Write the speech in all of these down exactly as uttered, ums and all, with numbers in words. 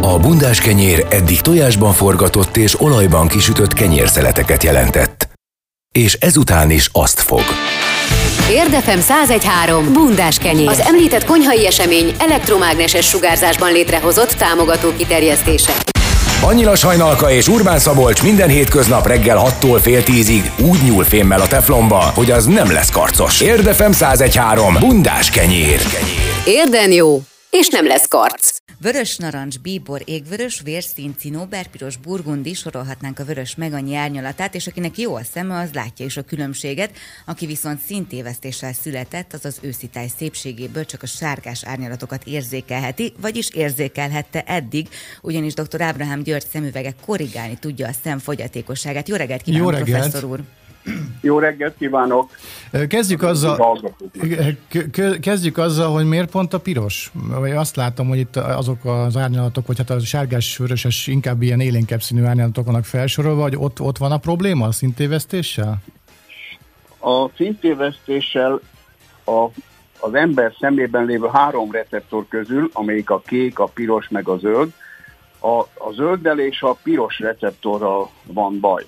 A bundás kenyér eddig tojásban forgatott és olajban kisütött kenyérszeleteket jelentett. És ezután is azt fog. Érdefem száz egy három bundás kenyér. Az említett konyhai esemény elektromágneses sugárzásban létrehozott támogató kiterjesztése. Annyilas Hajnalka és Urbán Szabolcs minden hétköznap reggel hattól fél tízig úgy nyúl fémmel a teflonba, hogy az nem lesz karcos. Érdefem száz egy három bundás kenyér. Érden jó, és nem lesz karc. Vörös narancs, bíbor, égvörös, vérszín, cinóberpiros, burgundi, sorolhatnánk a vörös meg annyi árnyalatát, és akinek jó a szeme, az látja is a különbséget, aki viszont színtévesztéssel született, az az őszitáj szépségéből csak a sárgás árnyalatokat érzékelheti, vagyis érzékelhette eddig, ugyanis dr. Ábrahám György szemüvege korrigálni tudja a szem fogyatékosságát. Jó reggelt kívánok, Jó reggelt. Professzor úr! Jó reggelt kívánok! Kezdjük azzal, kezdjük azzal, hogy miért pont a piros? Azt látom, hogy itt azok az árnyalatok, vagy hát a sárgás-vöröses, inkább ilyen élénkebb színű árnyalatok vannak felsorolva, hogy ott, ott van a probléma a színtévesztéssel? A színtévesztéssel a, az ember szemében lévő három receptor közül, amelyik a kék, a piros meg a zöld, a, a zölddel és a piros receptorral van baj.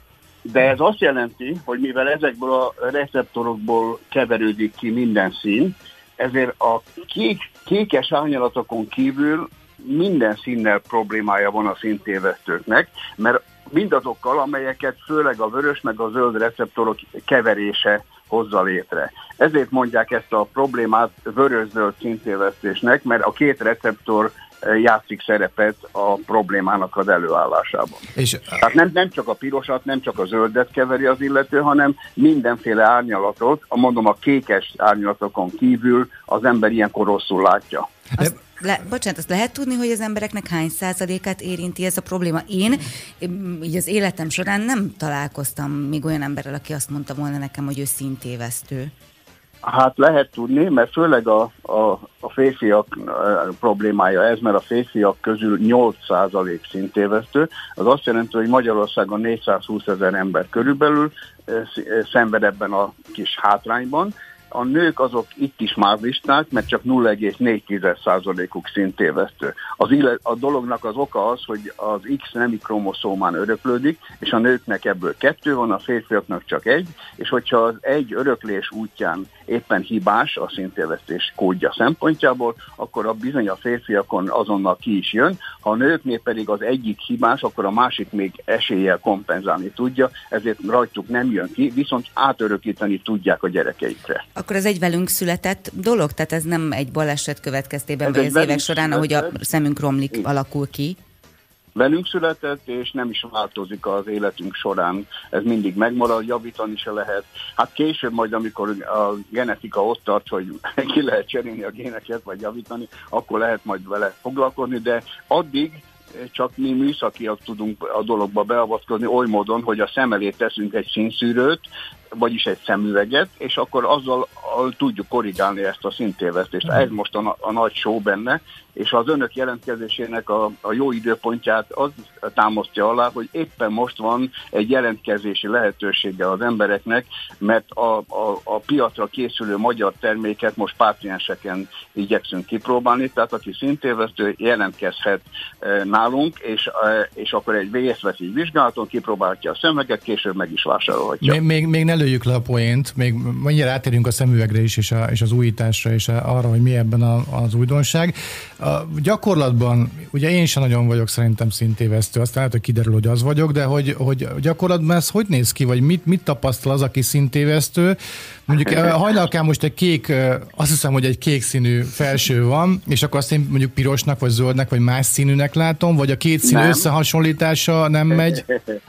De ez azt jelenti, hogy mivel ezekből a receptorokból keverődik ki minden szín, ezért a kék, kékes árnyalatokon kívül minden színnel problémája van a színtévesztőknek, mert mindazokkal, amelyeket főleg a vörös meg a zöld receptorok keverése hozza létre. Ezért mondják ezt a problémát vörös-zöld színtévesztésnek, mert a két receptor játszik szerepet a problémának az előállásában. És tehát nem, nem csak a pirosat, nem csak a zöldet keveri az illető, hanem mindenféle árnyalatot, mondom a kékes árnyalatokon kívül az ember ilyenkor rosszul látja. Azt le, bocsánat, azt lehet tudni, hogy az embereknek hány százalékát érinti ez a probléma? Én így az életem során nem találkoztam még olyan emberrel, aki azt mondta volna nekem, hogy ő színtévesztő. Hát lehet tudni, mert főleg a, a, a férfiak problémája ez, mert a férfiak közül nyolc százalék színtévesztő. Az azt jelenti, hogy Magyarországon négyszázhúszezer ember körülbelül szenved ebben a kis hátrányban. A nők azok itt is mázlisták, mert csak nulla egész négy százalékuk színtévesztő. Az illet, a dolognak az oka az, hogy az X nemi kromoszómán öröklődik, és a nőknek ebből kettő van, a férfiaknak csak egy, és hogyha az egy öröklés útján éppen hibás a színtévesztés kódja szempontjából, akkor a bizony a férfiakon azonnal ki is jön. Ha a nőknél pedig az egyik hibás, akkor a másik még eséllyel kompenzálni tudja, ezért rajtuk nem jön ki, viszont átörökíteni tudják a gyerekeikre. Akkor ez egy velünk született dolog? Tehát ez nem egy baleset következtében, vagy az évek során, ahogy a szemünk romlik, így alakul ki? Velünk született, és nem is változik az életünk során. Ez mindig megmarad, javítani se lehet. Hát később majd, amikor a genetika ott tart, hogy ki lehet cserélni a géneket, vagy javítani, akkor lehet majd vele foglalkozni, de addig csak mi műszakiak tudunk a dologba beavatkozni oly módon, hogy a szem elé teszünk egy színszűrőt, vagyis egy szemüveget, és akkor azzal tudjuk korrigálni ezt a színtévesztést. Ez most a, a nagy show benne, és az önök jelentkezésének a, a jó időpontját az támasztja alá, hogy éppen most van egy jelentkezési lehetősége az embereknek, mert a, a, a piacra készülő magyar terméket most pácienseken igyekszünk kipróbálni, tehát aki színtévesztő jelentkezhet e, nálunk, és, e, és akkor egy vészveszély vizsgálaton kipróbálhatja a szemüveget, később meg is vásárolhatja. Még, még, még ne lőjük le a poént, még mennyire átérünk a szemüvegre is, és, a, és az újításra, és arra, hogy mi ebben a, az újdonság. A gyakorlatban, ugye én sem nagyon vagyok szerintem színtévesztő, aztán lehet, hogy kiderül, hogy az vagyok, de hogy, hogy gyakorlatban ez hogy néz ki, vagy mit, mit tapasztal az, aki színtévesztő? Mondjuk Hajnalkán most egy kék, azt hiszem, hogy egy kék színű felső van, és akkor azt én mondjuk pirosnak, vagy zöldnek, vagy más színűnek látom, vagy a két színű nem. összehasonlítása nem megy?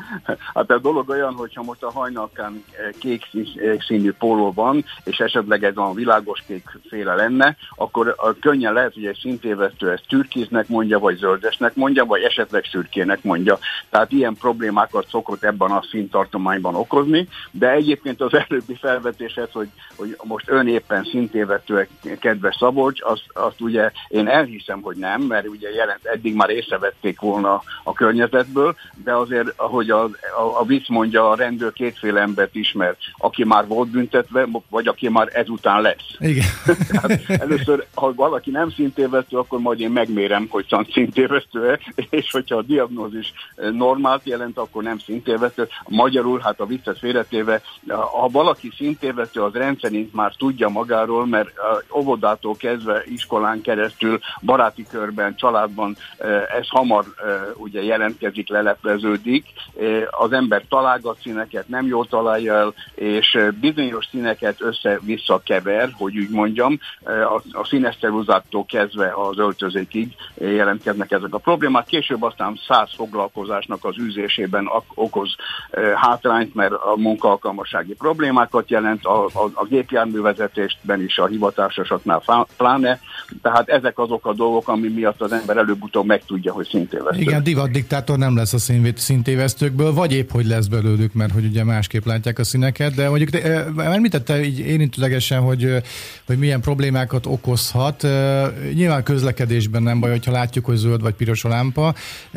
Hát a dolog olyan, hogyha most a Hajnalkán kék színű póló van, és esetleg ez a világos kék féle lenne, akkor könnyen lehet, hogy egy színtévesztő ezt türkiznek mondja, vagy zöldesnek mondja, vagy esetleg szürkének mondja. Tehát ilyen problémákat szokott ebben a színtartományban okozni, de egyébként az előbbi felvetéshez, hogy, hogy most ön éppen színtévesztő, kedves Szabolcs, azt, azt ugye én elhiszem, hogy nem, mert ugye jelent, eddig már észrevették volna a környezetből, de azért, ahogy a, a, a vicc mondja, a rendőr kétféle embert ismer, aki már volt büntetve, vagy aki már ezután lesz. Igen. Hát először, ha valaki nem színtévesztő, akkor majd én megmérem, hogy színtévesztő, és hogyha a diagnózis normált jelent, akkor nem színtévesztő. Magyarul, hát a viccet félretéve, ha valaki színtévesztő, az rendszerint már tudja magáról, mert óvodától kezdve iskolán keresztül, baráti körben, családban ez hamar ugye jelentkezik, lelepleződik. Az ember találgat színeket, nem jól találja el, és bizonyos színeket össze-vissza kever, hogy úgy mondjam, a, a színeszteruzától kezdve az öltözékig jelentkeznek ezek a problémák. Később aztán száz foglalkozásnak az űzésében okoz hátrányt, mert a munkaalkalmassági problémákat jelent, a, a, a gépjárművezetésben is, a hivatásosaknál pláne. Tehát ezek azok a dolgok, ami miatt az ember előbb-utóbb megtudja, hogy színtévesztő. Igen, divatdiktátor nem lesz a színtévesztőkből, vagy épp hogy lesz belőlük, mert hogy ugye másképp látják a színeket, de mondjuk említette így érintőlegesen, hogy, hogy milyen problémákat okozhat. Nyilván közlekedésben nem baj, hogyha látjuk, hogy zöld vagy piros a lámpa,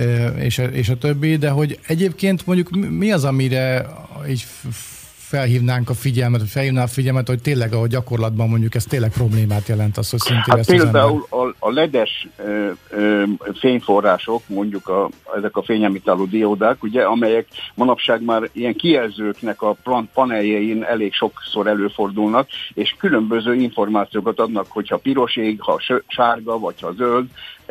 és a, és a többi, de hogy egyébként mondjuk mi az, amire így felhívnánk a figyelmet, vagy felhívná a figyelmet, hogy tényleg a gyakorlatban mondjuk ez tényleg problémát jelent az, hogy színtévesztő hát például a, a ledes ö, ö, fényforrások, mondjuk a, ezek a fényemitáló diódák, ugye, amelyek manapság már ilyen kijelzőknek a paneljein elég sokszor előfordulnak, és különböző információkat adnak, hogyha piros ég, ha sárga, vagy ha zöld,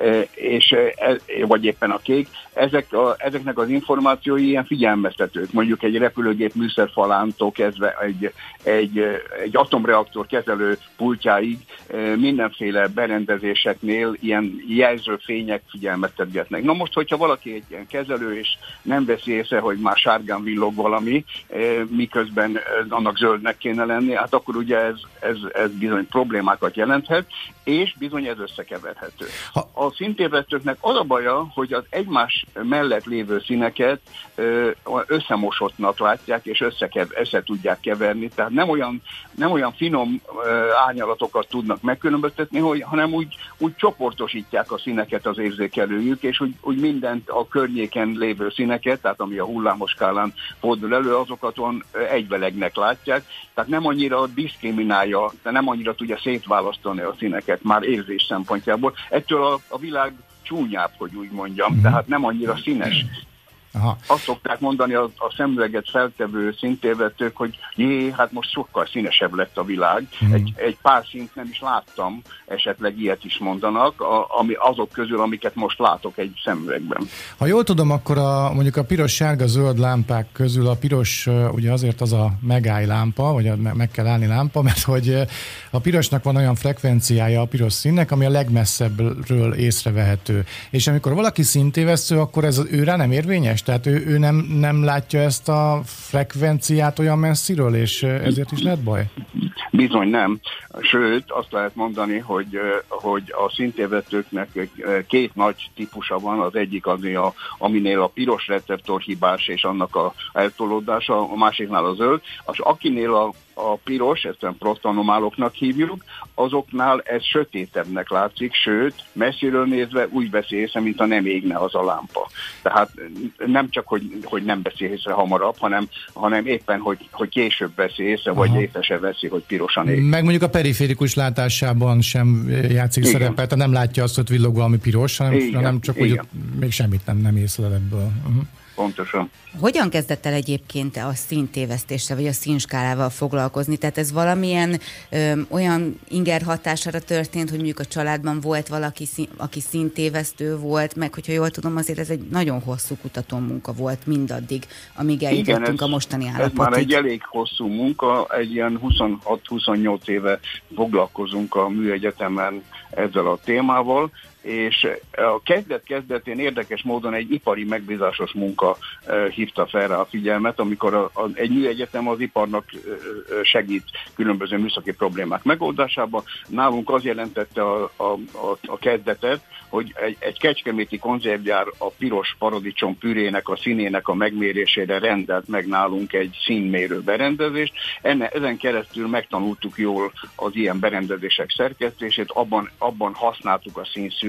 és, vagy éppen a kék, ezek a, ezeknek az információi ilyen figyelmeztetők. Mondjuk egy repülőgép műszerfalántól kezdve egy, egy, egy atomreaktor kezelő pultjáig mindenféle berendezéseknél ilyen jelzőfények figyelmeztetgetnek. Na most, hogyha valaki egy ilyen kezelő, és nem veszi észre, hogy már sárgán villog valami, miközben annak zöldnek kéne lenni, hát akkor ugye ez, ez, ez bizony problémákat jelenthet, és bizony ez összekeverhető. A színtévesztőknek az a baja, hogy az egymás mellett lévő színeket összemosottnak látják, és összekev, össze tudják keverni, tehát nem olyan, nem olyan finom árnyalatokat tudnak megkülönböztetni, hogy, hanem úgy, úgy csoportosítják a színeket az érzékelőjük, és úgy, úgy mindent a környéken lévő színeket, tehát ami a hullámos skálán fordul elő, azokat on egyvelegnek látják, tehát nem annyira diszkriminálja, de nem annyira tudja szétválasztani a színeket, már érzés szempontjából. Ettől a, a világ csúnyább, hogy úgy mondjam, mm. tehát nem annyira színes. Aha. Azt szokták mondani a, a szemüveget feltevő színtévesztők, hogy jé, hát most sokkal színesebb lett a világ. Mm. Egy, egy pár színt nem is láttam, esetleg ilyet is mondanak, a, ami azok közül, amiket most látok egy szemüvegben. Ha jól tudom, akkor a, mondjuk a piros, sárga, zöld lámpák közül a piros ugye azért az a megállj lámpa, vagy a meg kell állni lámpa, mert hogy a pirosnak van olyan frekvenciája a piros színnek, ami a legmesszebbről észrevehető. És amikor valaki színtévesztő, akkor ez őrá nem érvényes? Tehát ő, ő nem, nem látja ezt a frekvenciát olyan messziről, és ezért is lehet baj? Bizony nem. Sőt, azt lehet mondani, hogy, hogy a színtévesztőknek két nagy típusa van. Az egyik az, a, aminél a piros receptor hibás, és annak a eltolódása, a másiknál a zöld. Az akinél a a piros, ezt protonomáloknak hívjuk, azoknál ez sötétebbnek látszik, sőt, messziről nézve úgy veszi észre, mint ha nem égne az a lámpa. Tehát nem csak, hogy, hogy nem veszi észre hamarabb, hanem, hanem éppen, hogy, hogy később veszi észre, vagy észre se veszi, hogy pirosan ég. Meg mondjuk a periférikus látásában sem játszik igen. szerepet, tehát nem látja azt, hogy villog valami piros, hanem, hanem csak úgy még semmit nem, nem észlel ebből. Uh-huh. Pontosan. Hogyan kezdett el egyébként a színtévesztéssel, vagy a színskálával foglalkozni? Tehát ez valamilyen ö, olyan inger hatására történt, hogy mondjuk a családban volt valaki, szín, aki színtévesztő volt, meg hogyha jól tudom, azért ez egy nagyon hosszú kutatómunka volt mindaddig, amíg eljutottunk a mostani állapotig. Ez már egy elég hosszú munka, egy ilyen huszonhat-huszonnyolc éve foglalkozunk a Műegyetemen ezzel a témával, és a kezdet-kezdetén érdekes módon egy ipari megbízásos munka hívta fel rá a figyelmet, amikor a, a, egy műegyetem az iparnak segít különböző műszaki problémák megoldásában. Nálunk az jelentette a, a, a, a kezdetet, hogy egy, egy kecskeméti konzervgyár a piros paradicsom pürének a színének a megmérésére rendelt meg nálunk egy színmérő berendezést. Enne, ezen keresztül megtanultuk jól az ilyen berendezések szerkesztését, abban, abban használtuk a színszűrőt,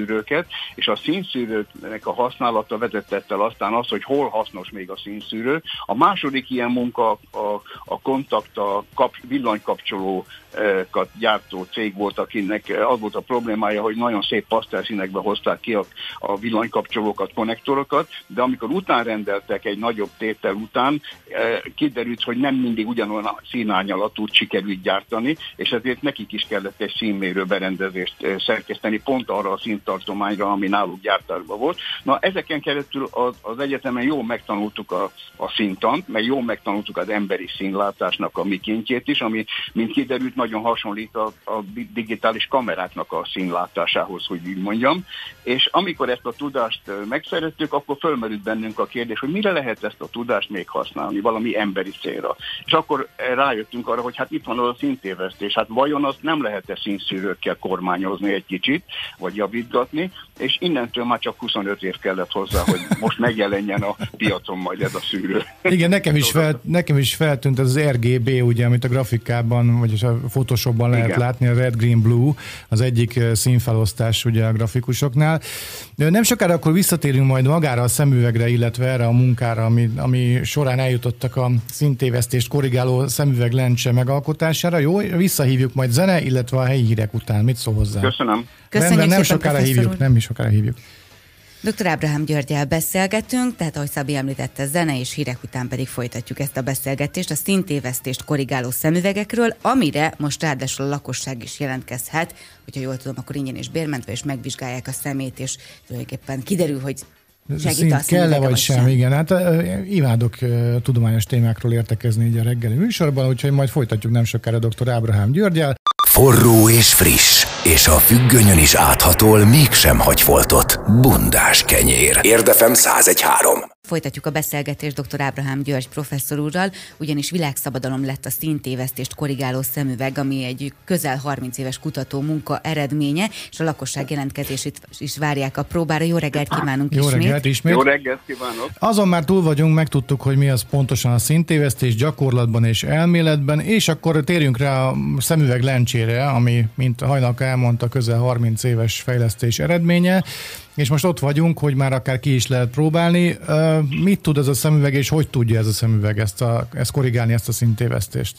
színszűrőket, és a színszűrőknek a használata vezetett el aztán az, hogy hol hasznos még a színszűrő. A második ilyen munka a, a kontakt, a kap, villanykapcsolókat gyártó cég volt, akinek az volt a problémája, hogy nagyon szép pasztelszínekbe hozták ki a, a villanykapcsolókat, konnektorokat, de amikor utánrendeltek egy nagyobb tétel után, kiderült, hogy nem mindig ugyanolyan a színárnyalatot sikerült gyártani, és ezért nekik is kellett egy színmérő berendezést szerkeszteni pont arra a színtartományra, ami náluk gyártásban volt. Na, ezeken keresztül az, az egyetemen jól megtanultuk a, a színtant, meg jól megtanultuk az emberi színlátásnak a mikéntjét is, ami, mint kiderült, nagyon hasonlít a, a digitális kameráknak a színlátásához, hogy így mondjam. És amikor ezt a tudást megszereztük, akkor fölmerült bennünk a kérdés, hogy mire lehet ezt a tudást még használni, valami emberi célra. És akkor rájöttünk arra, hogy hát itt van az a színtévesztés, hát vajon azt nem lehet-e színszűrőkkel kormányozni egy kicsit, vagy javítgatni, és innentől már csak huszonöt év kellett hozzá, hogy most megjelenjen a piacon majd ez a szűrő. Igen, nekem is, fel, nekem is feltűnt az er gé bé, ugye, amit a grafikában, vagy a Photoshopban lehet Igen. látni, a Red, Green, Blue, az egyik színfelosztás ugye a grafikusoknál. De nem sokára akkor visszatérünk majd magára a szemüvegre, illetve erre a munkára, ami, ami során eljutottak a színtévesztést korrigáló szemüveg lencse megalkotására. Jó, visszahívjuk majd zene, illetve a helyi hírek után. Mit szól hozzá? Köszönöm. Köszönjük nem, nem szépen, sokára hívjuk, nem is sokára hívjuk. doktor Ábrahám Györggyel beszélgetünk, tehát ahogy Szabi említette, zene és hírek után pedig folytatjuk ezt a beszélgetést a színtévesztést korrigáló szemüvegekről, amire most ráadásul a lakosság is jelentkezhet, hogyha jól tudom, akkor ingyen és bérmentve, és megvizsgálják a szemét, és tulajdonképpen kiderül, hogy segít a kell-e vagy sem, sem, igen. Hát uh, imádok uh, tudományos témákról értekezni így a reggeli műsorban, úgyhogy majd folytatjuk nem sokára doktor Ábrahám Györggyel. Forró és friss, és a függönyön is áthatol, mégsem hagy foltot. Bundás kenyér. Érdefem száz egy három. Folytatjuk a beszélgetést doktor Ábrahám György professzor úrral, ugyanis világszabadalom lett a színtévesztést korrigáló szemüveg, ami egy közel harminc éves kutató munka eredménye, és a lakosság jelentkezését is várják a próbára. Jó reggelt kívánunk Jó ismét. reggelt ismét. Jó reggelt kívánok. Azon már túl vagyunk, megtudtuk, hogy mi az pontosan a színtévesztés gyakorlatban és elméletben, és akkor térjünk rá a szemüveg lencsére, ami, mint Hajnalka elmondta, közel harminc éves fejlesztés eredménye. És most ott vagyunk, hogy már akár ki is lehet próbálni. Uh, mit tud ez a szemüveg, és hogy tudja ez a szemüveg ezt, a, ezt korrigálni, ezt a színtévesztést?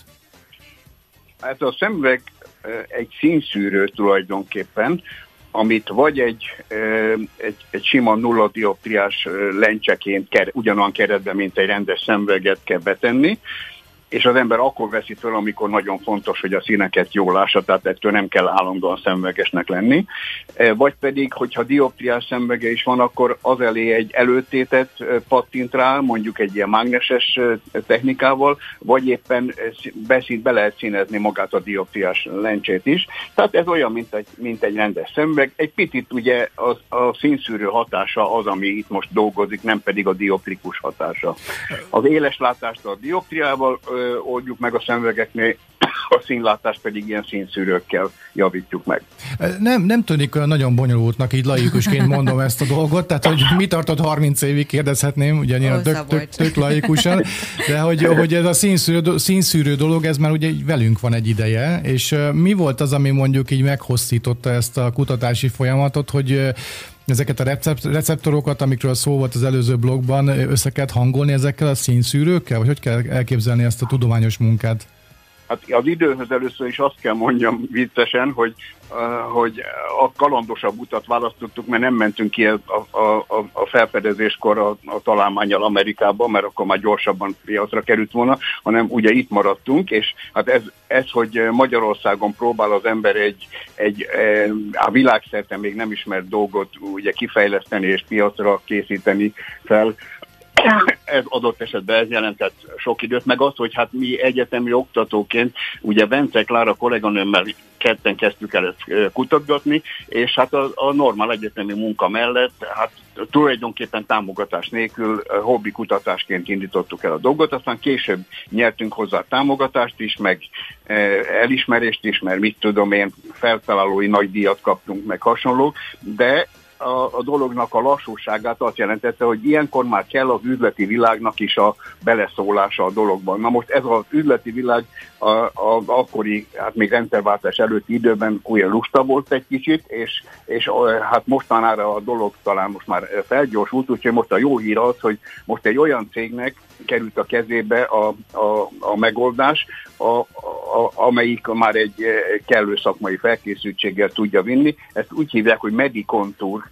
Hát a szemüveg egy színszűrő tulajdonképpen, amit vagy egy, egy, egy sima nulla dioptriás lencseként ugyanolyan keretben, mint egy rendes szemüveget kell betenni, és az ember akkor veszi föl, amikor nagyon fontos, hogy a színeket jól lássa, tehát ettől nem kell állandóan szemüvegesnek lenni. Vagy pedig, hogyha dioptriás szemüvege is van, akkor az elé egy előtétet pattint rá, mondjuk egy ilyen mágneses technikával, vagy éppen beszint be lehet színezni magát a dioptriás lencsét is. Tehát ez olyan, mint egy, mint egy rendes szemüveg. Egy picit ugye a, a színszűrő hatása az, ami itt most dolgozik, nem pedig a dioptrikus hatása. Az éleslátást a dioptriával oldjuk meg a szemüvegeknél, a színlátást pedig ilyen színszűrőkkel javítjuk meg. Nem, nem tűnik olyan nagyon bonyolultnak, így laikusként mondom ezt a dolgot, tehát hogy mi tartott harminc évig, kérdezhetném, ugyanilyen tök, tök, tök laikusan, de hogy, hogy ez a színszűrő, színszűrő dolog, ez már ugye velünk van egy ideje, és mi volt az, ami mondjuk így meghosszította ezt a kutatási folyamatot, hogy ezeket a recept, receptorokat, amikről szó volt az előző blogban, össze kellett hangolni ezekkel a színszűrőkkel, vagy hogy kell elképzelni ezt a tudományos munkát? Hát az időhöz először is azt kell mondjam viccesen, hogy, uh, hogy a kalandosabb utat választottuk, mert nem mentünk ki a, a, a felfedezéskor a, a találmánnyal Amerikába, mert akkor már gyorsabban piacra került volna, hanem ugye itt maradtunk, és hát ez, ez hogy Magyarországon próbál az ember egy, egy a világszerte még nem ismert dolgot ugye kifejleszteni és piacra készíteni fel, ez adott esetben ez jelentett sok időt, meg az, hogy hát mi egyetemi oktatóként, ugye Bence Klára kolléganőmmel ketten kezdtük el ezt kutatgatni, és hát a, a normál egyetemi munka mellett, hát tulajdonképpen támogatás nélkül hobbi kutatásként indítottuk el a dolgot, aztán később nyertünk hozzá támogatást is, meg elismerést is, mert mit tudom én, feltalálói nagy díjat kaptunk, meg hasonlók, de a, a dolognak a lassúságát azt jelentette, hogy ilyenkor már kell az üzleti világnak is a beleszólása a dologban. Na most ez az üzleti világ az akkori, hát még rendszerváltás előtti időben olyan lusta volt egy kicsit, és, és hát mostanára a dolog talán most már felgyorsult, úgyhogy most a jó hír az, hogy most egy olyan cégnek került a kezébe a, a, a megoldás, a, a, amelyik már egy kellő szakmai felkészültséggel tudja vinni. Ezt úgy hívják, hogy Medicontour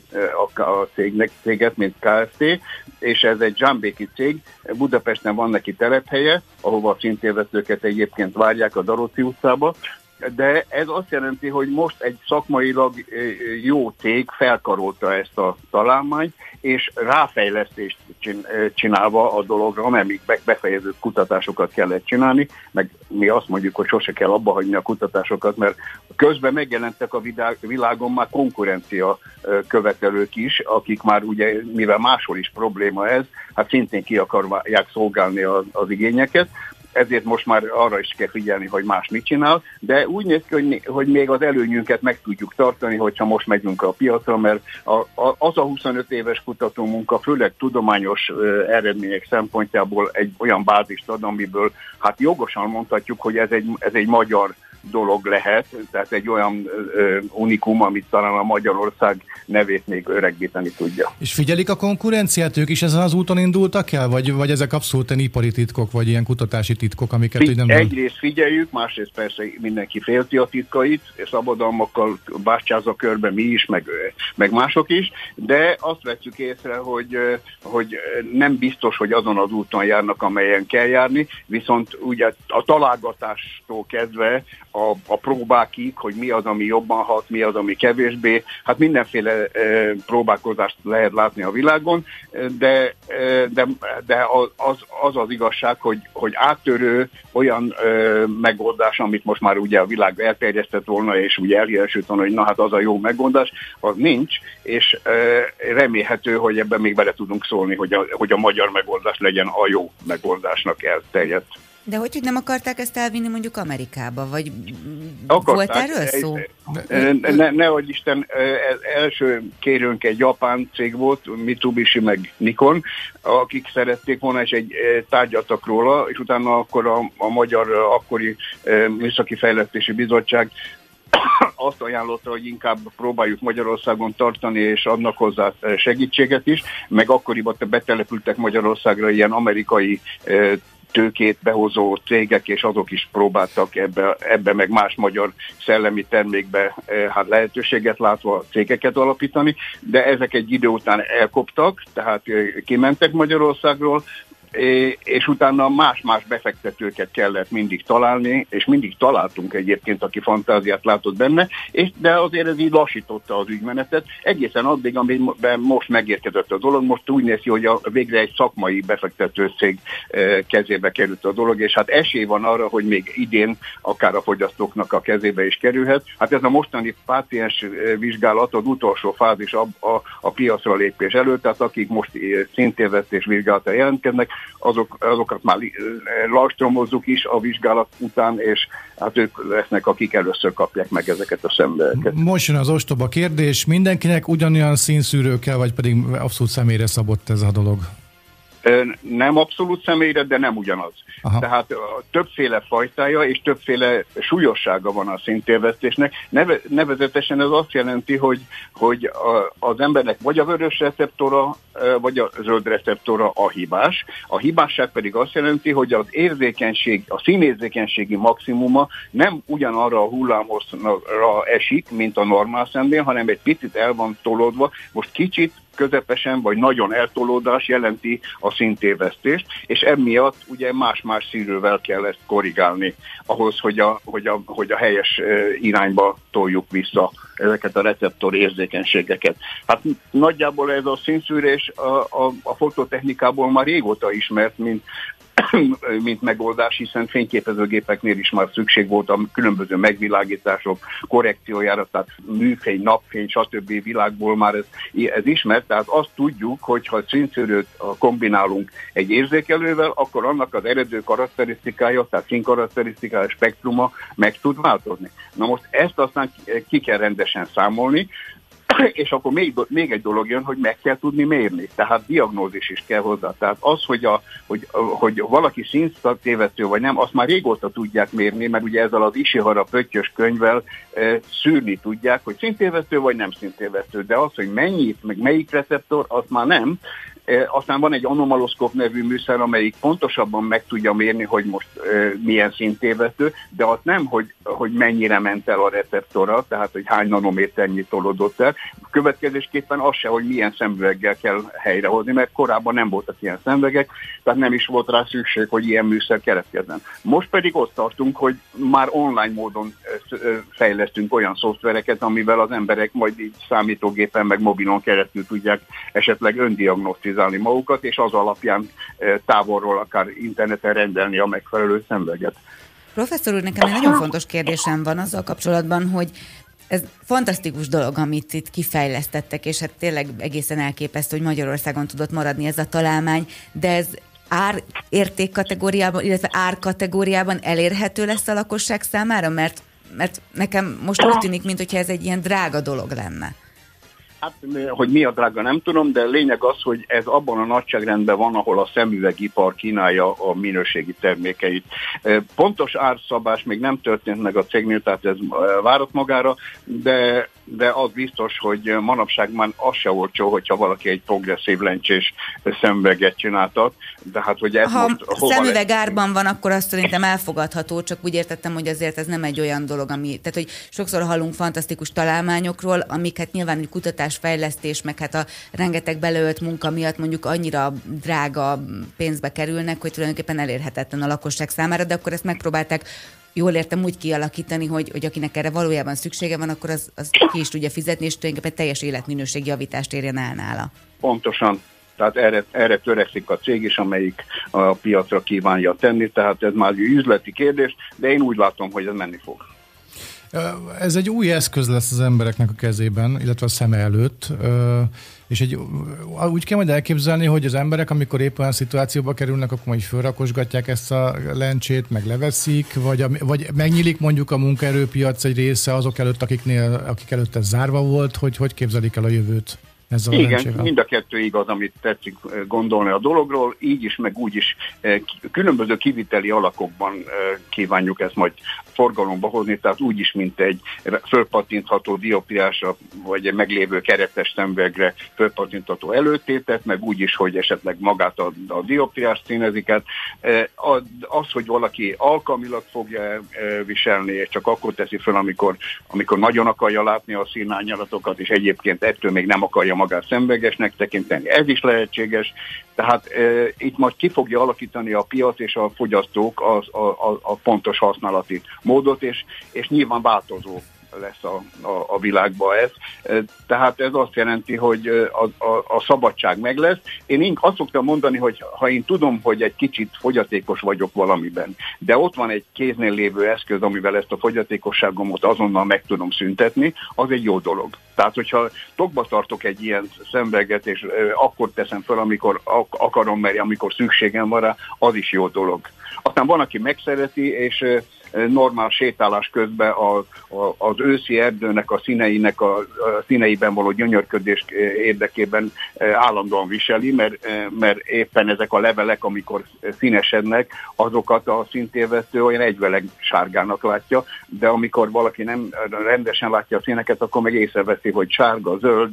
a, a cégnek, céget, mint Kft., és ez egy zsámbéki cég, Budapesten van neki telephelye, ahova a szintélvesztőket egyébként várják a Daróci utcába, de ez azt jelenti, hogy most egy szakmailag jó cég felkarolta ezt a találmányt, és ráfejlesztést csinálva a dologra, mert még befejező kutatásokat kellett csinálni, meg mi azt mondjuk, hogy sose kell abba hagyni a kutatásokat, mert közben megjelentek a világon már konkurencia követelők is, akik már ugye, mivel máshol is probléma ez, hát szintén ki akarják szolgálni az, az igényeket, ezért most már arra is kell figyelni, hogy más mit csinál, de úgy néz ki, hogy, hogy még az előnyünket meg tudjuk tartani, hogyha most megyünk a piacra, mert a, a, az a huszonöt éves kutatómunka, főleg tudományos uh, eredmények szempontjából egy olyan bázist ad, amiből hát jogosan mondhatjuk, hogy ez egy, ez egy magyar dolog lehet, tehát egy olyan ö, unikum, amit talán a Magyarország nevét még öregbíteni tudja. És figyelik a konkurenciát, ők is ezen az úton indultak el, vagy, vagy ezek abszolút ipari titkok, vagy ilyen kutatási titkok, amiket Figy- nem... Egyrészt figyeljük, másrészt persze mindenki félti a titkait, és szabadalmakkal bástyázza körbe mi is, meg, meg mások is, de azt vettük észre, hogy, hogy nem biztos, hogy azon az úton járnak, amelyen kell járni, viszont ugye a találgatástól kezdve A, a próbákig, hogy mi az, ami jobban hat, mi az, ami kevésbé. Hát mindenféle e, próbálkozást lehet látni a világon, de, e, de, de az, az az igazság, hogy, hogy áttörő olyan e, megoldás, amit most már ugye a világ elterjesztett volna, és ugye elhíresült volna, hogy na hát az a jó megoldás, az nincs, és e, remélhető, hogy ebben még bele tudunk szólni, hogy a, hogy a magyar megoldás legyen a jó megoldásnak elterjedt. De hogy, hogy nem akarták ezt elvinni mondjuk Amerikába? Vagy akarták, volt erről szó? Ne, nehogy Isten, első kérőnk egy japán cég volt, Mitsubishi meg Nikon, akik szerették volna, és egy tárgyaltak róla, és utána akkor a, a magyar akkori Műszaki Fejlesztési Bizottság azt ajánlotta, hogy inkább próbáljuk Magyarországon tartani, és adnak hozzá segítséget is, meg akkoriban betelepültek Magyarországra ilyen amerikai tőkét behozó cégek, és azok is próbáltak ebbe, ebbe meg más magyar szellemi termékbe hát lehetőséget látva cégeket alapítani, de ezek egy idő után elkoptak, tehát kimentek Magyarországról, és utána más-más befektetőket kellett mindig találni, és mindig találtunk egyébként, aki fantáziát látott benne, és de azért ez így lassította az ügymenetet, egészen addig, amiben most megérkezett a dolog, most úgy néz ki, hogy a, végre egy szakmai befektető cég kezébe került a dolog, és hát esély van arra, hogy még idén akár a fogyasztóknak a kezébe is kerülhet. Hát ez a mostani páciens vizsgálat az utolsó fázis a, a, a piacra lépés előtt, tehát akik most szintélvesztés vizsgálata jelentkeznek, Azok, azokat már lastromozzuk is a vizsgálat után, és hát ők lesznek, akik először kapják meg ezeket a szemléket. Most jön az ostoba kérdés, mindenkinek ugyanolyan színszűrő kell, vagy pedig abszolút személyre szabott ez a dolog? Nem abszolút személyre, de nem ugyanaz. Aha. Tehát többféle fajtája és többféle súlyossága van a szintélvesztésnek. Neve, nevezetesen ez azt jelenti, hogy, hogy a, az embernek vagy a vörös receptora, vagy a zöld receptora a hibás. A hibásság pedig azt jelenti, hogy az érzékenység, a színérzékenységi maximuma nem ugyanarra a hullámhosszra esik, mint a normál szemnél, hanem egy picit el van tolódva. Most kicsit közepesen vagy nagyon eltolódás jelenti a szintélvesztést, és emiatt ugye más-más szűrővel kell ezt korrigálni ahhoz, hogy a, hogy a, hogy a helyes irányba toljuk vissza ezeket a receptor érzékenységeket. Hát nagyjából ez a színszűrés a, a, a fototechnikából már régóta ismert, mint mint megoldás, hiszen fényképezőgépeknél is már szükség volt a különböző megvilágítások korrekciójára, tehát műfény, napfény, stb. Világból már ez, ez ismert, tehát azt tudjuk, hogy ha színszűrőt kombinálunk egy érzékelővel, akkor annak az eredő karakterisztikája, tehát színkarakterisztikája, spektruma meg tud változni. Na most ezt aztán ki kell rendesen számolni, És akkor még, még egy dolog jön, hogy meg kell tudni mérni, tehát diagnózis is kell hozzá. Tehát az, hogy, a, hogy, hogy valaki színszaktévesztő vagy nem, azt már régóta tudják mérni, mert ugye ezzel az Ishihara pöttyös könyvvel e, szűrni tudják, hogy színtévesztő vagy nem színtévesztő, de az, hogy mennyit, meg melyik receptor, azt már nem. E, aztán van egy anomaloszkóp nevű műszer, amelyik pontosabban meg tudja mérni, hogy most e, milyen színtévesztő, de az nem, hogy, hogy mennyire ment el a receptorra, tehát hogy hány nanométernyi tolódott el. Következésképpen az se, hogy milyen szemüveggel kell helyrehozni, mert korábban nem voltak ilyen szemüvegek, tehát nem is volt rá szükség, hogy ilyen műszer keletkezzen. Most pedig ott tartunk, hogy már online módon fejlesztünk olyan szoftvereket, amivel az emberek majd így számítógépen meg mobilon keresztül tudják esetleg öndiagnosztizálni magukat, és az alapján távolról akár interneten rendelni a megfelelő szemüveget. Professzor úr, nekem egy nagyon fontos kérdésem van azzal kapcsolatban, hogy ez fantasztikus dolog, amit itt kifejlesztettek, és hát tényleg egészen elképesztő, hogy Magyarországon tudott maradni ez a találmány, de ez ár értékkategóriában, illetve árkategóriában elérhető lesz a lakosság számára, mert, mert nekem most úgy tűnik, mintha ez egy ilyen drága dolog lenne. Hát, hogy mi a drága, nem tudom, de lényeg az, hogy ez abban a nagyságrendben van, ahol a szemüvegipar kínálja a minőségi termékeit. Pontos árszabás még nem történt meg a cégnél, tehát ez várat magára, de, de az biztos, hogy manapság már az se olcsó, hogyha valaki egy progresszív lencsés szemüveget csináltat. De hát, hogy ez ha most, szemüveg árban van, akkor azt szerintem elfogadható, csak úgy értettem, hogy azért ez nem egy olyan dolog, ami, tehát hogy sokszor hallunk fantasztikus találmányokról, amiket nyilván egy kutatás, fejlesztés, meg hát a rengeteg beleölt munka miatt mondjuk annyira drága pénzbe kerülnek, hogy tulajdonképpen elérhetetlen a lakosság számára, de akkor ezt megpróbálták, jól értem, úgy kialakítani, hogy, hogy akinek erre valójában szüksége van, akkor az, az ki is tudja fizetni, és tulajdonképpen teljes életminőség javítást érjen el nála. Pontosan. Tehát erre, erre törekszik a cég is, amelyik a piacra kívánja tenni, tehát ez már egy üzleti kérdés, de én úgy látom, hogy ez menni fog. Ez egy új eszköz lesz az embereknek a kezében, illetve a szeme előtt, és egy, úgy kell majd elképzelni, hogy az emberek, amikor éppen olyan szituációba kerülnek, akkor majd fölrakosgatják ezt a lencsét, meg leveszik, vagy, a, vagy megnyílik mondjuk a munkaerőpiac egy része azok előtt, akiknél, akik előtt ez zárva volt, hogy hogy képzelik el a jövőt? Igen, lencsével. Mind a kettő igaz, amit tetszik gondolni a dologról, így is, meg úgy is különböző kiviteli alakokban kívánjuk ezt majd forgalomba hozni, tehát úgy is, mint egy fölpattintható dioptriásra, vagy egy meglévő keretes szemüvegre fölpattintható előtétet, meg úgy is, hogy esetleg magát a, a dioptriás színeziket. Az, hogy valaki alkalmilag fogja viselni, csak akkor teszi föl, amikor, amikor nagyon akarja látni a színárnyalatokat, és egyébként ettől még nem akarja magát szemüvegesnek tekinteni. Ez is lehetséges, tehát e, itt majd ki fogja alakítani a piac és a fogyasztók az, a, a, a pontos használati módot, és, és nyilván változó lesz a, a, a világban ez. Tehát ez azt jelenti, hogy a, a, a szabadság meg lesz. Én azt szoktam mondani, hogy ha én tudom, hogy egy kicsit fogyatékos vagyok valamiben, de ott van egy kéznél lévő eszköz, amivel ezt a fogyatékosságomat azonnal meg tudom szüntetni, az egy jó dolog. Tehát, hogyha tokba tartok egy ilyen szemüveget, és akkor teszem fel, amikor akarom, mert amikor szükségem van rá, az is jó dolog. Aztán van, aki megszereti, és normál sétálás közben a, a, az őszi erdőnek a színeinek a, a színeiben való gyönyörködés érdekében állandóan viseli, mert, mert éppen ezek a levelek, amikor színesednek, azokat a színtévesztő olyan egyveleg sárgának látja, de amikor valaki nem rendesen látja a színeket, akkor meg észreveszi, hogy sárga, zöld,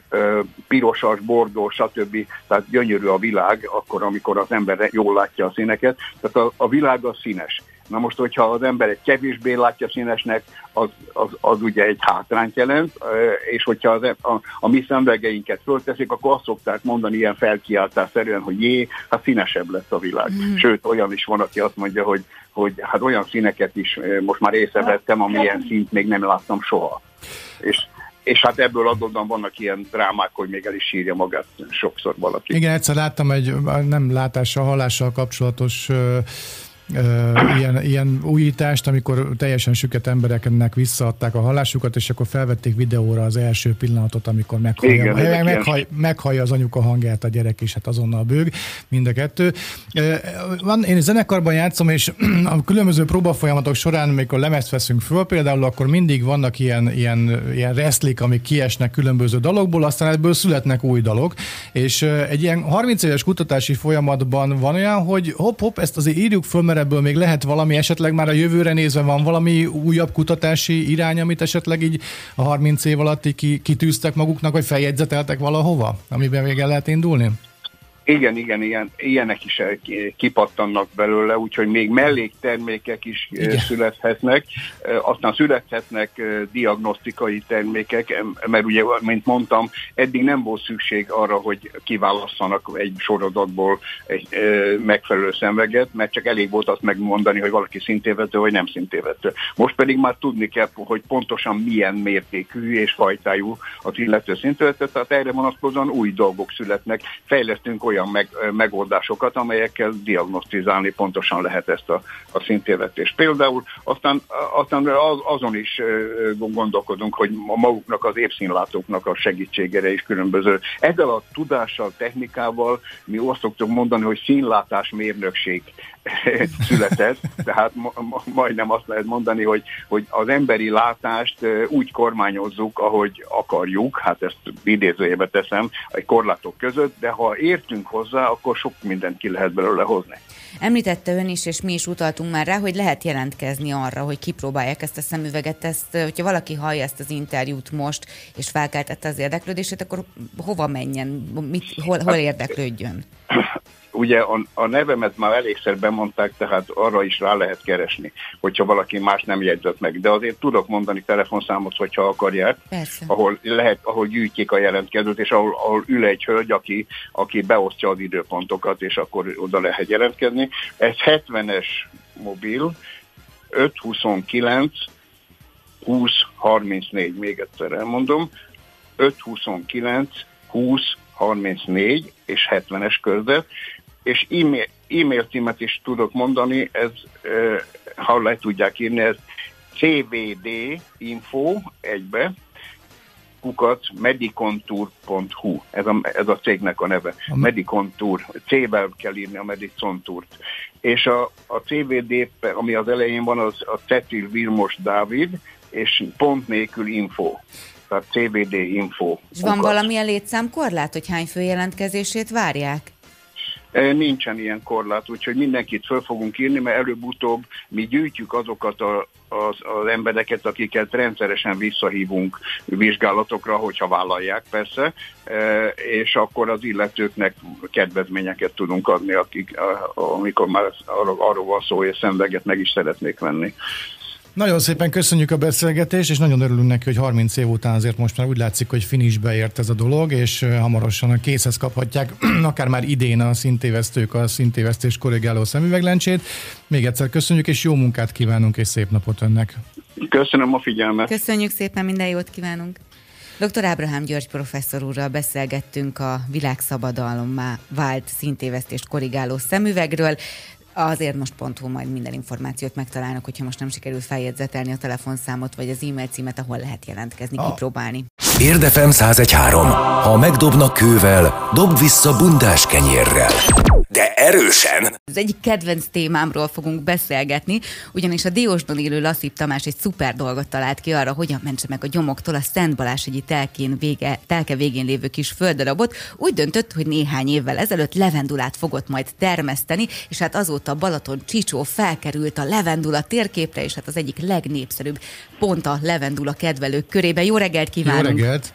pirosas, bordó, stb. Tehát gyönyörű a világ, akkor, amikor az ember jól látja a színeket. Tehát a, a világ az színes. Na most, hogyha az ember egy kevésbé látja színesnek, az, az, az ugye egy hátrányt jelent, és hogyha az, a, a mi szemüvegeinket fölteszik, akkor azt szokták mondani ilyen felkiáltásszerűen, hogy jé, hát színesebb lesz a világ. Mm. Sőt, olyan is van, aki azt mondja, hogy, hogy hát olyan színeket is most már észrevettem, amilyen színt még nem láttam soha. És És hát ebből adódóan vannak ilyen drámák, hogy még el is sírja magát sokszor valaki. Igen, egyszer láttam egy nem látással, hallással kapcsolatos ilyen, ilyen újítást, amikor teljesen süket embereknek visszaadták a hallásukat, és akkor felvették videóra az első pillanatot, amikor meghallja, meg, meghallja, meghallja az anyuka hangját a gyerek, és hát azonnal bőg, mind a kettő. Van, én zenekarban játszom, és a különböző próbafolyamatok során, amikor lemezt veszünk föl, például akkor mindig vannak ilyen, ilyen, ilyen reszlik, amik kiesnek különböző dalokból, aztán ebből születnek új dalok, és egy ilyen harminc éves kutatási folyamatban van olyan, hogy hopp-hopp, ezt azért írjuk föl, mert ebből még lehet valami, esetleg már a jövőre nézve van valami újabb kutatási irány, amit esetleg így a harminc év alatt így kitűztek maguknak, vagy feljegyzeteltek valahova, amiben még el lehet indulni? Igen, igen, igen, ilyenek is kipattannak belőle, úgyhogy még melléktermékek is igen. születhetnek, aztán születhetnek diagnosztikai termékek, mert ugye, mint mondtam, eddig nem volt szükség arra, hogy kiválasszanak egy sorozatból egy megfelelő szemüveget, mert csak elég volt azt megmondani, hogy valaki szintévető, vagy nem szintévető. Most pedig már tudni kell, hogy pontosan milyen mértékű és fajtájú az illető szintévető, tehát erre vonatkozóan új dolgok születnek, fejlesztünk olyan olyan meg, megoldásokat, amelyekkel diagnosztizálni pontosan lehet ezt a, a szintévetést. Például aztán, aztán az, azon is gondolkodunk, hogy maguknak az épszínlátóknak a segítségére is különböző. Ezzel a tudással, technikával mi azt szoktuk mondani, hogy színlátásmérnökség született, tehát ma, majdnem azt lehet mondani, hogy, hogy az emberi látást úgy kormányozzuk, ahogy akarjuk, hát ezt idézőjébe teszem, egy korlátok között, de ha értünk hozzá, akkor sok mindent ki lehet belőle hozni. Említette ön is, és mi is utaltunk már rá, hogy lehet jelentkezni arra, hogy kipróbálják ezt a szemüveget. Ezt, hogyha valaki hallja ezt az interjút most, és felkeltette az érdeklődését, akkor hova menjen, mit, hol, hol érdeklődjön? Ugye a, a nevemet már elégszer bemondták, tehát arra is rá lehet keresni, hogyha valaki más nem jegyzett meg. De azért tudok mondani telefonszámot, hogyha akarják, Persze. ahol lehet, ahol gyűjtjék a jelentkezőt, és ahol, ahol ül egy hölgy, aki, aki beosztja az időpontokat, és akkor oda lehet jelentkezni. Ez hetvenes mobil, öt huszonkilenc húsz harmincnégy, még egyszer elmondom, öt huszonkilenc húsz harmincnégy és hetvenes között, és e-mail, e-mail címet is tudok mondani, ez, ha le tudják írni, ez cvdinfo egybe, kukac medicontour pont hu. Ez a, ez a cégnek a neve. A Medicontour. C-vel kell írni a Medicontourt. És a, a cé vé dé, ami az elején van, az a Cecil Vilmos Dávid, és pont nélkül info. Tehát cé vé dé info. És van valamilyen létszámkorlát, hogy hány fő jelentkezését várják? Nincsen ilyen korlát, úgyhogy mindenkit föl fogunk írni, mert előbb-utóbb mi gyűjtjük azokat a, az, az embereket, akiket rendszeresen visszahívunk vizsgálatokra, hogyha vállalják persze, és akkor az illetőknek kedvezményeket tudunk adni, akik, amikor már arról, arról van szó, hogy szemüveget meg is szeretnék venni. Nagyon szépen köszönjük a beszélgetést, és nagyon örülünk neki, hogy harminc év után azért most már úgy látszik, hogy finishbe ért ez a dolog, és hamarosan a készhez kaphatják, akár már idén a szintévesztők a szintévesztés korrigáló szemüveglencsét. Még egyszer köszönjük, és jó munkát kívánunk, és szép napot önnek. Köszönöm a figyelmet. Köszönjük szépen, minden jót kívánunk. doktor Ábrahám György professzor úrral beszélgettünk a világszabadalommá vált szintévesztést korrigáló szemüvegről. Az érdemost pont hu majd minden információt megtalálnak, hogyha most nem sikerült feljegyzetelni a telefonszámot, vagy az e-mail címet, ahol lehet jelentkezni, ah. kipróbálni. Érdefem száz egy három. Ha megdobnak kővel, dobd vissza bundás kenyérrel. De erősen! Az egyik kedvenc témámról fogunk beszélgetni, ugyanis a Diósban élő Lassip Tamás egy szuper dolgot talált ki arra, hogyan mentse meg a gyomoktól a Szent Balázsegyi telkén vége, telke végén lévő kis földdarabot. Úgy döntött, hogy néhány évvel ezelőtt levendulát fogott majd termeszteni, és hát azóta Balaton Csicsó felkerült a levendula térképre, és hát az egyik legnépszerűbb pont a levendula kedvelők körében. Jó reggelt kívánunk! Jó reggelt!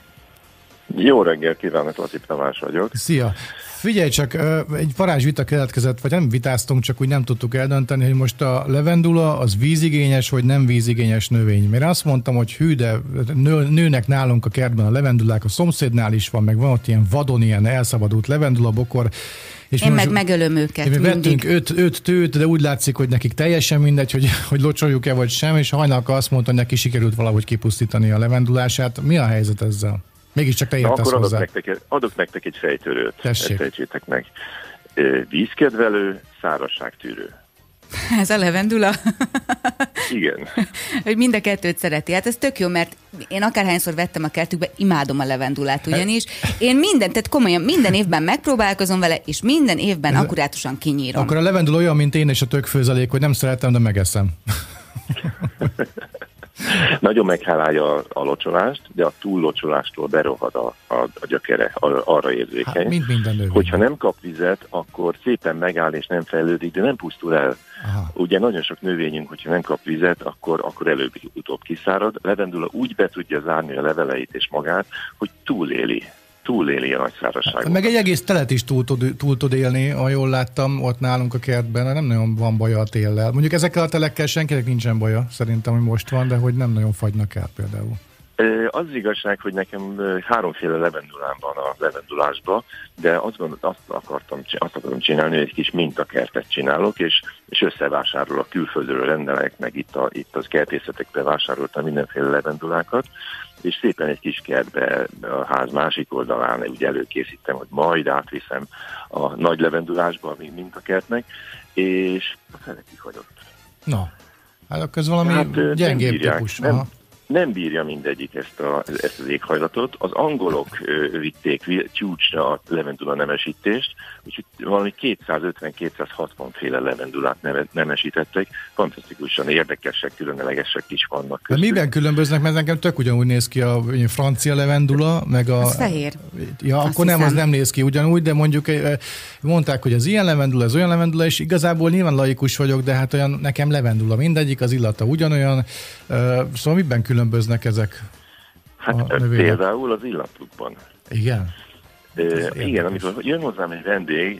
Jó reggelt kívánok, Lassip Tamás vagyok. Szia! Figyelj csak, egy varázsvita keletkezett, vagy nem vitáztunk, csak úgy nem tudtuk eldönteni, hogy most a levendula az vízigényes, vagy nem vízigényes növény. Mert azt mondtam, hogy hű, de nő, nőnek nálunk a kertben a levendulák, a szomszédnál is van, meg van ott ilyen vadon, ilyen elszabadult levendulabokor. És Én meg megölöm őket. Mi vettünk öt, öt tőt, de úgy látszik, hogy nekik teljesen mindegy, hogy, hogy locsoljuk-e vagy sem, és hajnalka azt mondta, hogy neki sikerült valahogy kipusztítani a levendulását. Mi a helyzet ezzel? Mégiscsak te értesz akkor hozzá. Adok nektek, adok nektek egy fejtörőt. Tessék. Ezt fejtsétek meg. Vízkedvelő, szárazságtűrő. Ez a levendula? Igen. Hogy mind a kettőt szereti. Hát ez tök jó, mert én akárhányszor vettem a kertükbe, imádom a levendulát ugyanis. Én minden, tehát komolyan minden évben megpróbálkozom vele, és minden évben akkurátusan kinyírom. Akkor a levendula olyan, mint én és a tökfőzelék, hogy nem szeretem, de megeszem. Nagyon meghálálja a, a locsolást, de a túllocsolástól berohad a, a, a gyökere, a, arra érzékeny. Hát, mint minden növény. Hogyha nem kap vizet, akkor szépen megáll és nem fejlődik, de nem pusztul el. Aha. Ugye nagyon sok növényünk, hogyha nem kap vizet, akkor, akkor előbb-utóbb kiszárad. Levendula úgy be tudja zárni a leveleit és magát, hogy túléli. túléli a nagy szárazságot. Meg egy egész telet is túl tud, túl tud élni, ha jól láttam ott nálunk a kertben, nem nagyon van baja a téllel. Mondjuk ezekkel a telekkel senkinek nincsen baja, szerintem, hogy most van, de hogy nem nagyon fagynak el például. Az igazság, hogy nekem háromféle levendulám van a levendulásban, de azt, gondol, azt, akartam, azt akarom csinálni, hogy egy kis mintakertet csinálok, és, és összevásárolok, külföldről rendelek, meg itt, a, itt az kertészetekben vásároltam mindenféle levendulákat, és szépen egy kis kertbe a ház másik oldalán úgy előkészítem, hogy majd átviszem a nagy levendulásba, mint a kertnek, és a fele kifagyott. Na, hát ez valami hát, gyengébb típus. Nem, nem bírja mindegyik ezt, a, ezt az éghajlatot. Az angolok ö, vitték csúcsra a levendula nemesítést, úgyhogy valami kétszázötven-kétszázhatvan féle levendulát neve, nemesítettek. Fantasztikusan érdekesek, különlegesek is vannak köztük. Miben különböznek, mert nekem tök ugyanúgy néz ki a francia levendula, meg a... Az fehér. Ja, azt akkor hiszem. Nem, az nem néz ki ugyanúgy, de mondjuk mondták, hogy az ilyen levendula, az olyan levendula, és igazából nyilván laikus vagyok, de hát olyan nekem levendula mindegyik, az illata ugyanolyan. Szóval miben különböznek ezek? Hát például az illatukban. Igen? E, igen, amikor jön hozzám egy vendég,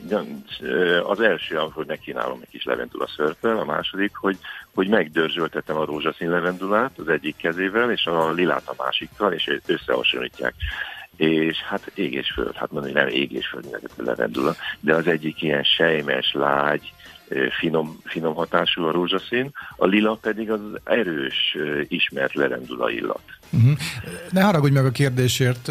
az első, hogy megkínálom egy kis levendula szörppel, a második, hogy, hogy megdörzsöltetem a rózsaszín levendulát az egyik kezével, és a lilát a másikkal, és összehasonlítják. És hát ég és föld, hát mondom, hogy nem ég és föld, a levendula, de az egyik ilyen sejmes, lágy, finom, finom hatású a rózsaszín, a lila pedig az erős, ismert levendula illat. Uh-huh. Ne haragudj meg a kérdésért,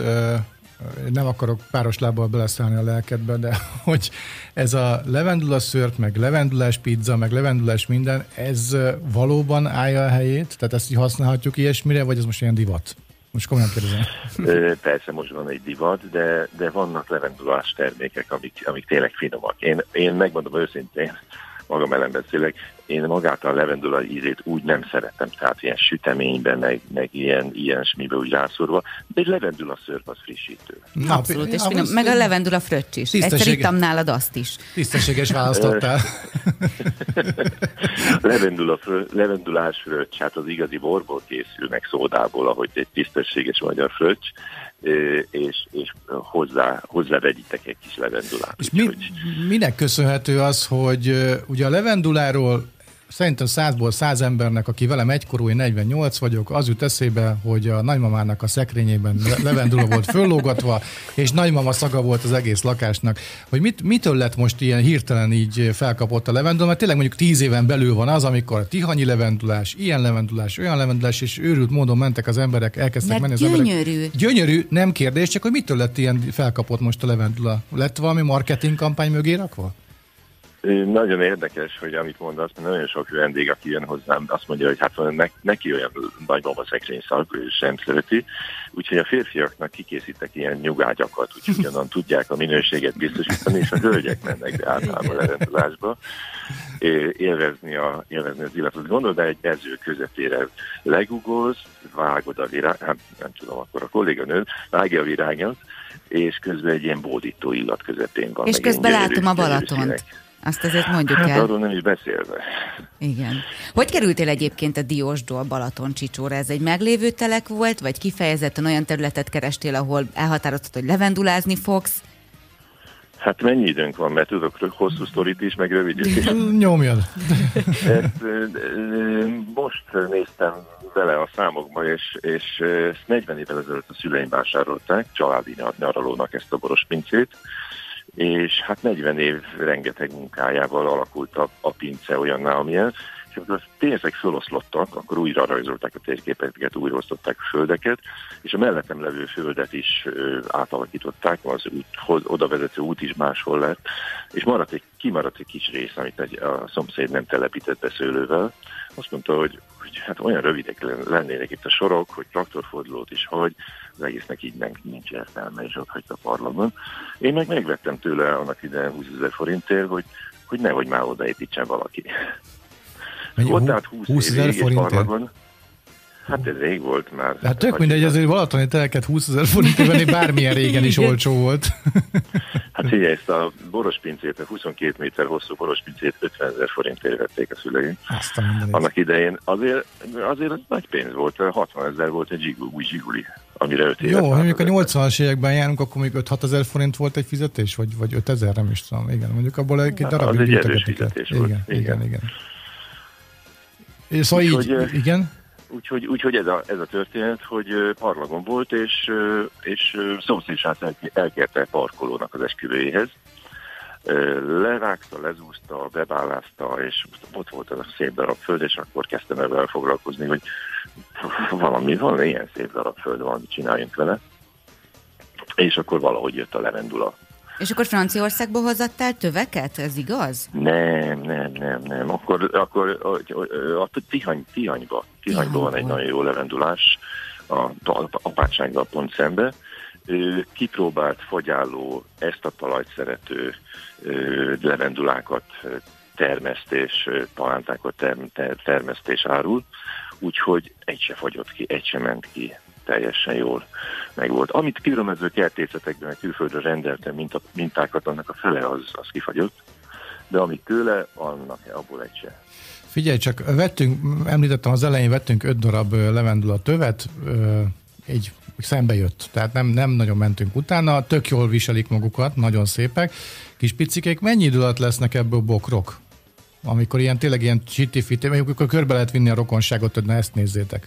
nem akarok páros lábbal beleszállni a lelkedbe, de hogy ez a levendula szőrt, meg levendulás pizza, meg levendulás minden, ez valóban állja a helyét? Tehát ezt így használhatjuk ilyesmire, vagy ez most ilyen divat? Most komolyan kérdezem. Persze most van egy divat, de, de vannak levendulás termékek, amik, amik tényleg finomak. Én, én megmondom őszintén, magam ellen beszélek, én magát a levendula ízét úgy nem szeretem, tehát ilyen süteményben, meg, meg ilyen, ilyen smibe úgy rászorva, de egy levendula szörp az frissítő. Na, abszolút, és finom. Meg a levendula fröccs is. Egyszer ittam nálad azt is. Tisztességes választottál. levendula frö, levendulás fröccs, hát az igazi borból készül, meg szódából, ahogy egy tisztességes magyar fröccs, és, és hozzá, hozzá vegyitek egy kis levendulát. És mi, hogy... minek köszönhető az, hogy ugye a levenduláról szerintem százból száz embernek, aki velem egykorú, én negyvennyolc vagyok, az jut eszébe, hogy a nagymamának a szekrényében levendula volt föllógatva, és nagymama szaga volt az egész lakásnak. Hogy mit, mitől lett most ilyen hirtelen így felkapott a levendula, mert tényleg mondjuk tíz éven belül van az, amikor tihanyi levendulás, ilyen levendulás, olyan levendulás, és őrült módon mentek az emberek, elkezdtek mert menni az gyönyörű. emberek. Gyönyörű, nem kérdés, csak hogy mitől lett ilyen felkapott most a levendula? Lett valami marketing kampány mögé rakva? Nagyon érdekes, hogy amit mondasz, mert nagyon sok vendég, aki jön hozzám, azt mondja, hogy hát ne, neki olyan nagymama szekrényszag, ő sem szereti, úgyhogy a férfiaknak kikészítek ilyen nyugágyakat, úgyhogy onnan tudják a minőséget biztosítani, és a hölgyek mennek be általában levendulásba, élvezni, a, élvezni az illatot. Gondold, de egy mező közepére legugolsz, vágod a virág, hát nem tudom, akkor a kolléganő vágja a virágot, és közben egy ilyen bódító illat közepén van. És közben látom a Balatont. Azt azért mondjuk hát, el. arról nem is beszélve. Igen. Hogy kerültél egyébként a Diósdól Balatoncsícsóra? Ez egy meglévő telek volt, vagy kifejezetten olyan területet kerestél, ahol elhatároztad, hogy levendulázni fogsz? Hát mennyi időnk van, mert tudok hosszú sztorit is, meg rövid is. Nyomjad. Ezt, most néztem bele a számokba, és, és ezt negyven évvel ezelőtt a szüleim vásárolták, családi nyaralónak ezt a boros pincét, és hát negyven év rengeteg munkájával alakult a, a pince olyanná, amilyen, és amikor a pénzek feloszlottak, akkor újra rajzolták a térképeket, újra osztották a földeket, és a mellettem levő földet is ö, átalakították, az út, oda vezető út is máshol lett, és maradt egy, kimaradt egy kis rész, amit egy, a szomszéd nem telepített be szőlővel. Azt mondta, hogy, hogy hát olyan rövidek lennének itt a sorok, hogy traktorfordulót is hagy, az egésznek így nem, nincs értelme, és ott hagyta a parlagban. Én meg megvettem tőle annak idején húszezer forintért, hogy, hogy nehogy már odaépítsen valaki. Ott át húszezer forintért? Hát ez rég volt már. Hát tök mindegy, azért Balatoni teleket húszezer forintért venni bármilyen régen is olcsó volt. Hát figyelj, ezt a borospincét, a huszonkét méter hosszú borospincét ötvenezer forintért vették a szüleim. Annak idején azért, azért az nagy pénz volt, hatvanezer volt egy zsigul, új zsiguli, amire öt évet. Jó, mondjuk a nyolcvanas években járunk, akkor még öt-hat ezer forint volt egy fizetés, vagy, vagy ötezer, nem is tudom. Igen, mondjuk abból egy darabig az egy erős fizetés volt. Igen, igen, igen. igen. Szóval így, hogy, igen? Úgyhogy, úgyhogy ez, a, ez a történet, hogy parlagon volt, és, és szomszédság elkérte parkolónak az esküvőjéhez. Lerágta, lezúzta, bebálázta, és ott volt ez a szép darab föld, és akkor kezdtem ebben foglalkozni, hogy valami, valami ilyen szép darab föld, valamit csináljunk vele. És akkor valahogy jött a levendula. És akkor Franciaországból hozattál töveket? Ez igaz? Nem, nem, nem, nem. Akkor, akkor a, a, a Tihany, Tihanyba, Tihanyban van egy nagyon jó levendulás, a apátsággal pont szembe. Kipróbált, fagyáló, ezt a talajt szerető levendulákat termesztés, palántákat termesztés árul, úgyhogy egy se fagyott ki, egy se ment ki. Teljesen jól megvolt. Amit különböző kertészetekben külföldre rendeltem mint a mintákat, annak a fele az, az kifagyott, de amit tőle, annak abból egy se. Figyelj csak, vettünk, említettem az elején, vettünk öt darab levendula tövet, így szembe jött, tehát nem, nem nagyon mentünk utána, tök jól viselik magukat, nagyon szépek, kis picikék. Mennyi idő alatt lesznek ebből bokrok? Amikor ilyen tényleg ilyen csiti-fiti, amikor körbe lehet vinni a rokonságot, hogy na ezt nézzétek.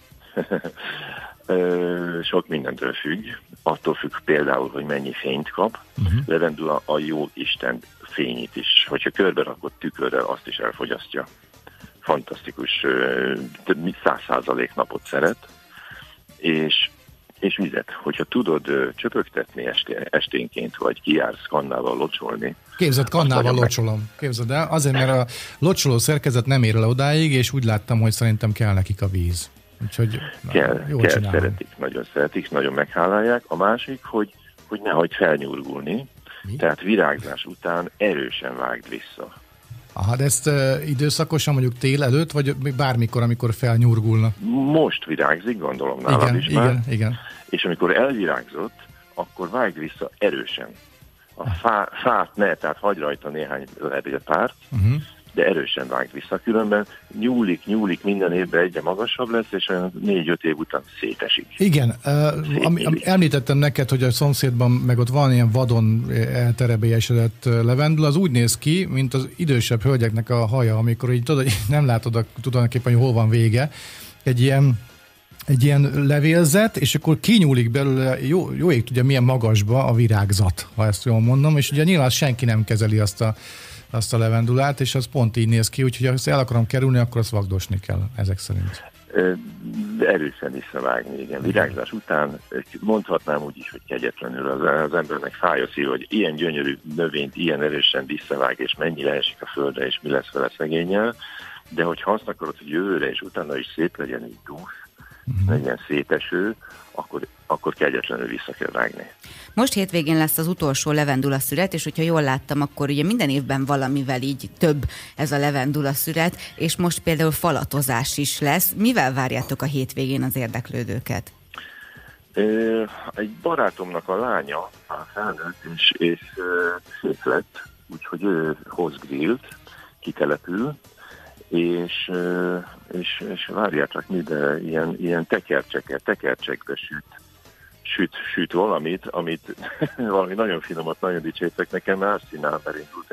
Sok mindentől függ. Attól függ például, hogy mennyi fényt kap. Uh-huh. Levendula a jó Isten fényét is. Hogyha körbe rakott tükörrel, azt is elfogyasztja. Fantasztikus, több mint száz százalék napot szeret. És, és vizet. Hogyha tudod csöpögtetni esté, esténként, vagy kijársz kannával locsolni. Képzeld, kannával locsolom. Képzeld el, azért, mert a locsoló szerkezet nem ér le odáig, és úgy láttam, hogy szerintem kell nekik a víz. Úgyhogy kell, jól kell szeretik, nagyon szeretik, nagyon meghálálják. A másik, hogy, hogy ne hagyd felnyúlgulni, mi? Tehát virágzás után erősen vágd vissza. Aha, de ezt uh, időszakosan mondjuk tél előtt, vagy bármikor, amikor felnyúlgulna? Most virágzik, gondolom nálad igen, is igen, már. Igen. És amikor elvirágzott, akkor vágd vissza erősen. A fá, fát ne, tehát hagyj rajta néhány levélpárt, uh-huh. de erősen vágd vissza, különben nyúlik, nyúlik, minden évben egyre magasabb lesz, és olyan négy-öt év után szétesik. Igen, uh, am, am, említettem neked, hogy a szomszédban meg ott van ilyen vadon elterebélyesedett levendula, az úgy néz ki, mint az idősebb hölgyeknek a haja, amikor így tudod, nem látod a, tulajdonképpen, hogy hol van vége. Egy ilyen egy ilyen levélzet, és akkor kinyúlik belőle, jó, jó ég tudja milyen magasba a virágzat, ha ezt jól mondom, és ugye nyilván senki nem kezeli azt a azt a levendulát, és az pont így néz ki, úgyhogy ha el akarom kerülni, akkor azt vagdosni kell, ezek szerint. Erősen visszavágni, igen. Virágzás után mondhatnám úgy is, hogy kegyetlenül az, az embernek fáj a szív, hogy ilyen gyönyörű növényt ilyen erősen visszavág, és mennyire esik a földre, és mi lesz vele szegénnyel, de hogyha azt akarod, hogy jövőre, és utána is szép legyen így dús, uh-huh. legyen széteső, akkor, akkor kegyetlenül vissza kell vágni. Most hétvégén lesz az utolsó levendula szüret, és hogyha jól láttam, akkor ugye minden évben valamivel így több ez a levendula szüret, és most például falatozás is lesz. Mivel várjátok a hétvégén az érdeklődőket? Egy barátomnak a lánya felnőtt, és, és szép lett, úgyhogy ő hoz grillt, kitelepül, és, és, és várjátok mi, de ilyen, ilyen tekercseket, tekercsekbe süt. Süt, süt valamit, amit valami nagyon finomat, nagyon dicsértek nekem, már színál, mert indult, én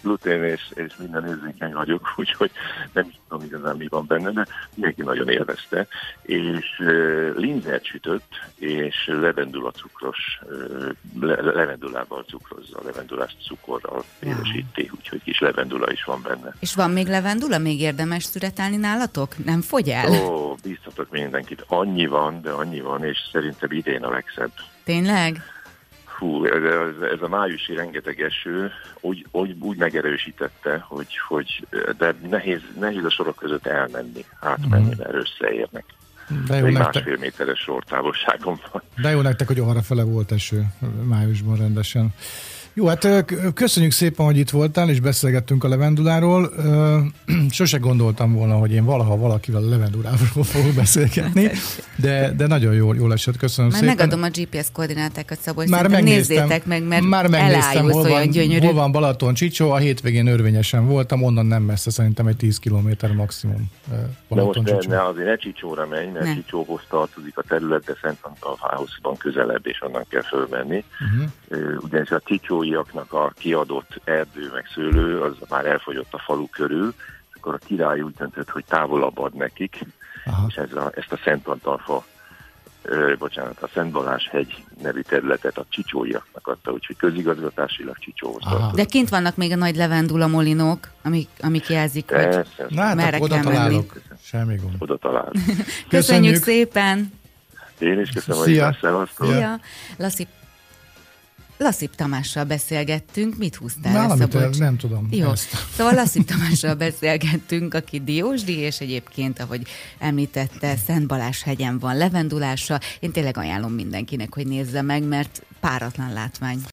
glutén és, és minden érzékeny vagyok, úgyhogy nem is tudom igazán mi van benne, de mindenki nagyon élvezte. És uh, linzert sütött, és levendula cukros, uh, le, levendulával cukrozza, levendulás cukorral édesíti, úgyhogy kis levendula is van benne. És van még levendula? Még érdemes szüretelni nálatok? Nem fogy el? Ó, bíztatok mindenkit. Annyi van, de annyi van, és szerintem idén a legszebb. Tényleg? Hú, ez, ez a májusi rengeteg eső úgy, úgy, úgy megerősítette, hogy, hogy de nehéz, nehéz a sorok között elmenni, átmenni, mm. mert összeérnek. De jó Egy nektek... másfél méteres sortávolságon van. De jó nektek, hogy arra fele volt eső májusban rendesen. Jó, hát köszönjük szépen, hogy itt voltál, és beszélgettünk a levenduláról. Sose gondoltam volna, hogy én valaha valakivel a levenduláról fogok beszélgetni, de, de nagyon jól, jól esett, köszönöm Már szépen. megadom a gé pé es koordinátákat, Szabolcs, már megnéztem, nézzétek meg, mert már megnéztem, hol olyan van, gyönyörű. hol van Balaton Csicsó, a hétvégén örvényesen voltam, onnan nem messze, szerintem egy tíz kilométer maximum Balaton Csicsó. Csicsó. De most ne, azért ne Csicsóra menj, mert ne. Csicsóhoz tartozik a terület, de Szent Antalfához van közelebb, és onnan kell fölmenni. Uh-huh. Ugyanis a csicsóiaknak a kiadott erdő meg szőlő, az már elfogyott a falu körül, és akkor a király úgy döntött, hogy távolabb ad nekik, aha. és ez a, ezt a Szent Antalfa, ö, bocsánat, a Szent Balázs hegy nevű területet a csicsóiaknak adta, úgyhogy közigazgatásilag Csicsóhoz tartozik. De kint vannak még a nagy levendula molinók, amik, amik jelzik, Persze. hogy Na, merre oda kell menni. Semmi gond. Oda talál. Köszönjük, Köszönjük szépen! Én is köszönöm, Szia. hogy szevasztok. Szia! Lassip, Lassip Tamással beszélgettünk. Mit húztál? Valamit Szabolcs? nem tudom. Jó, Ezt. szóval Lassip Tamással beszélgettünk, aki diósdi, és egyébként, ahogy említette, Szent Balázs hegyen van levendulása. Én tényleg ajánlom mindenkinek, hogy nézze meg, mert páratlan látvány.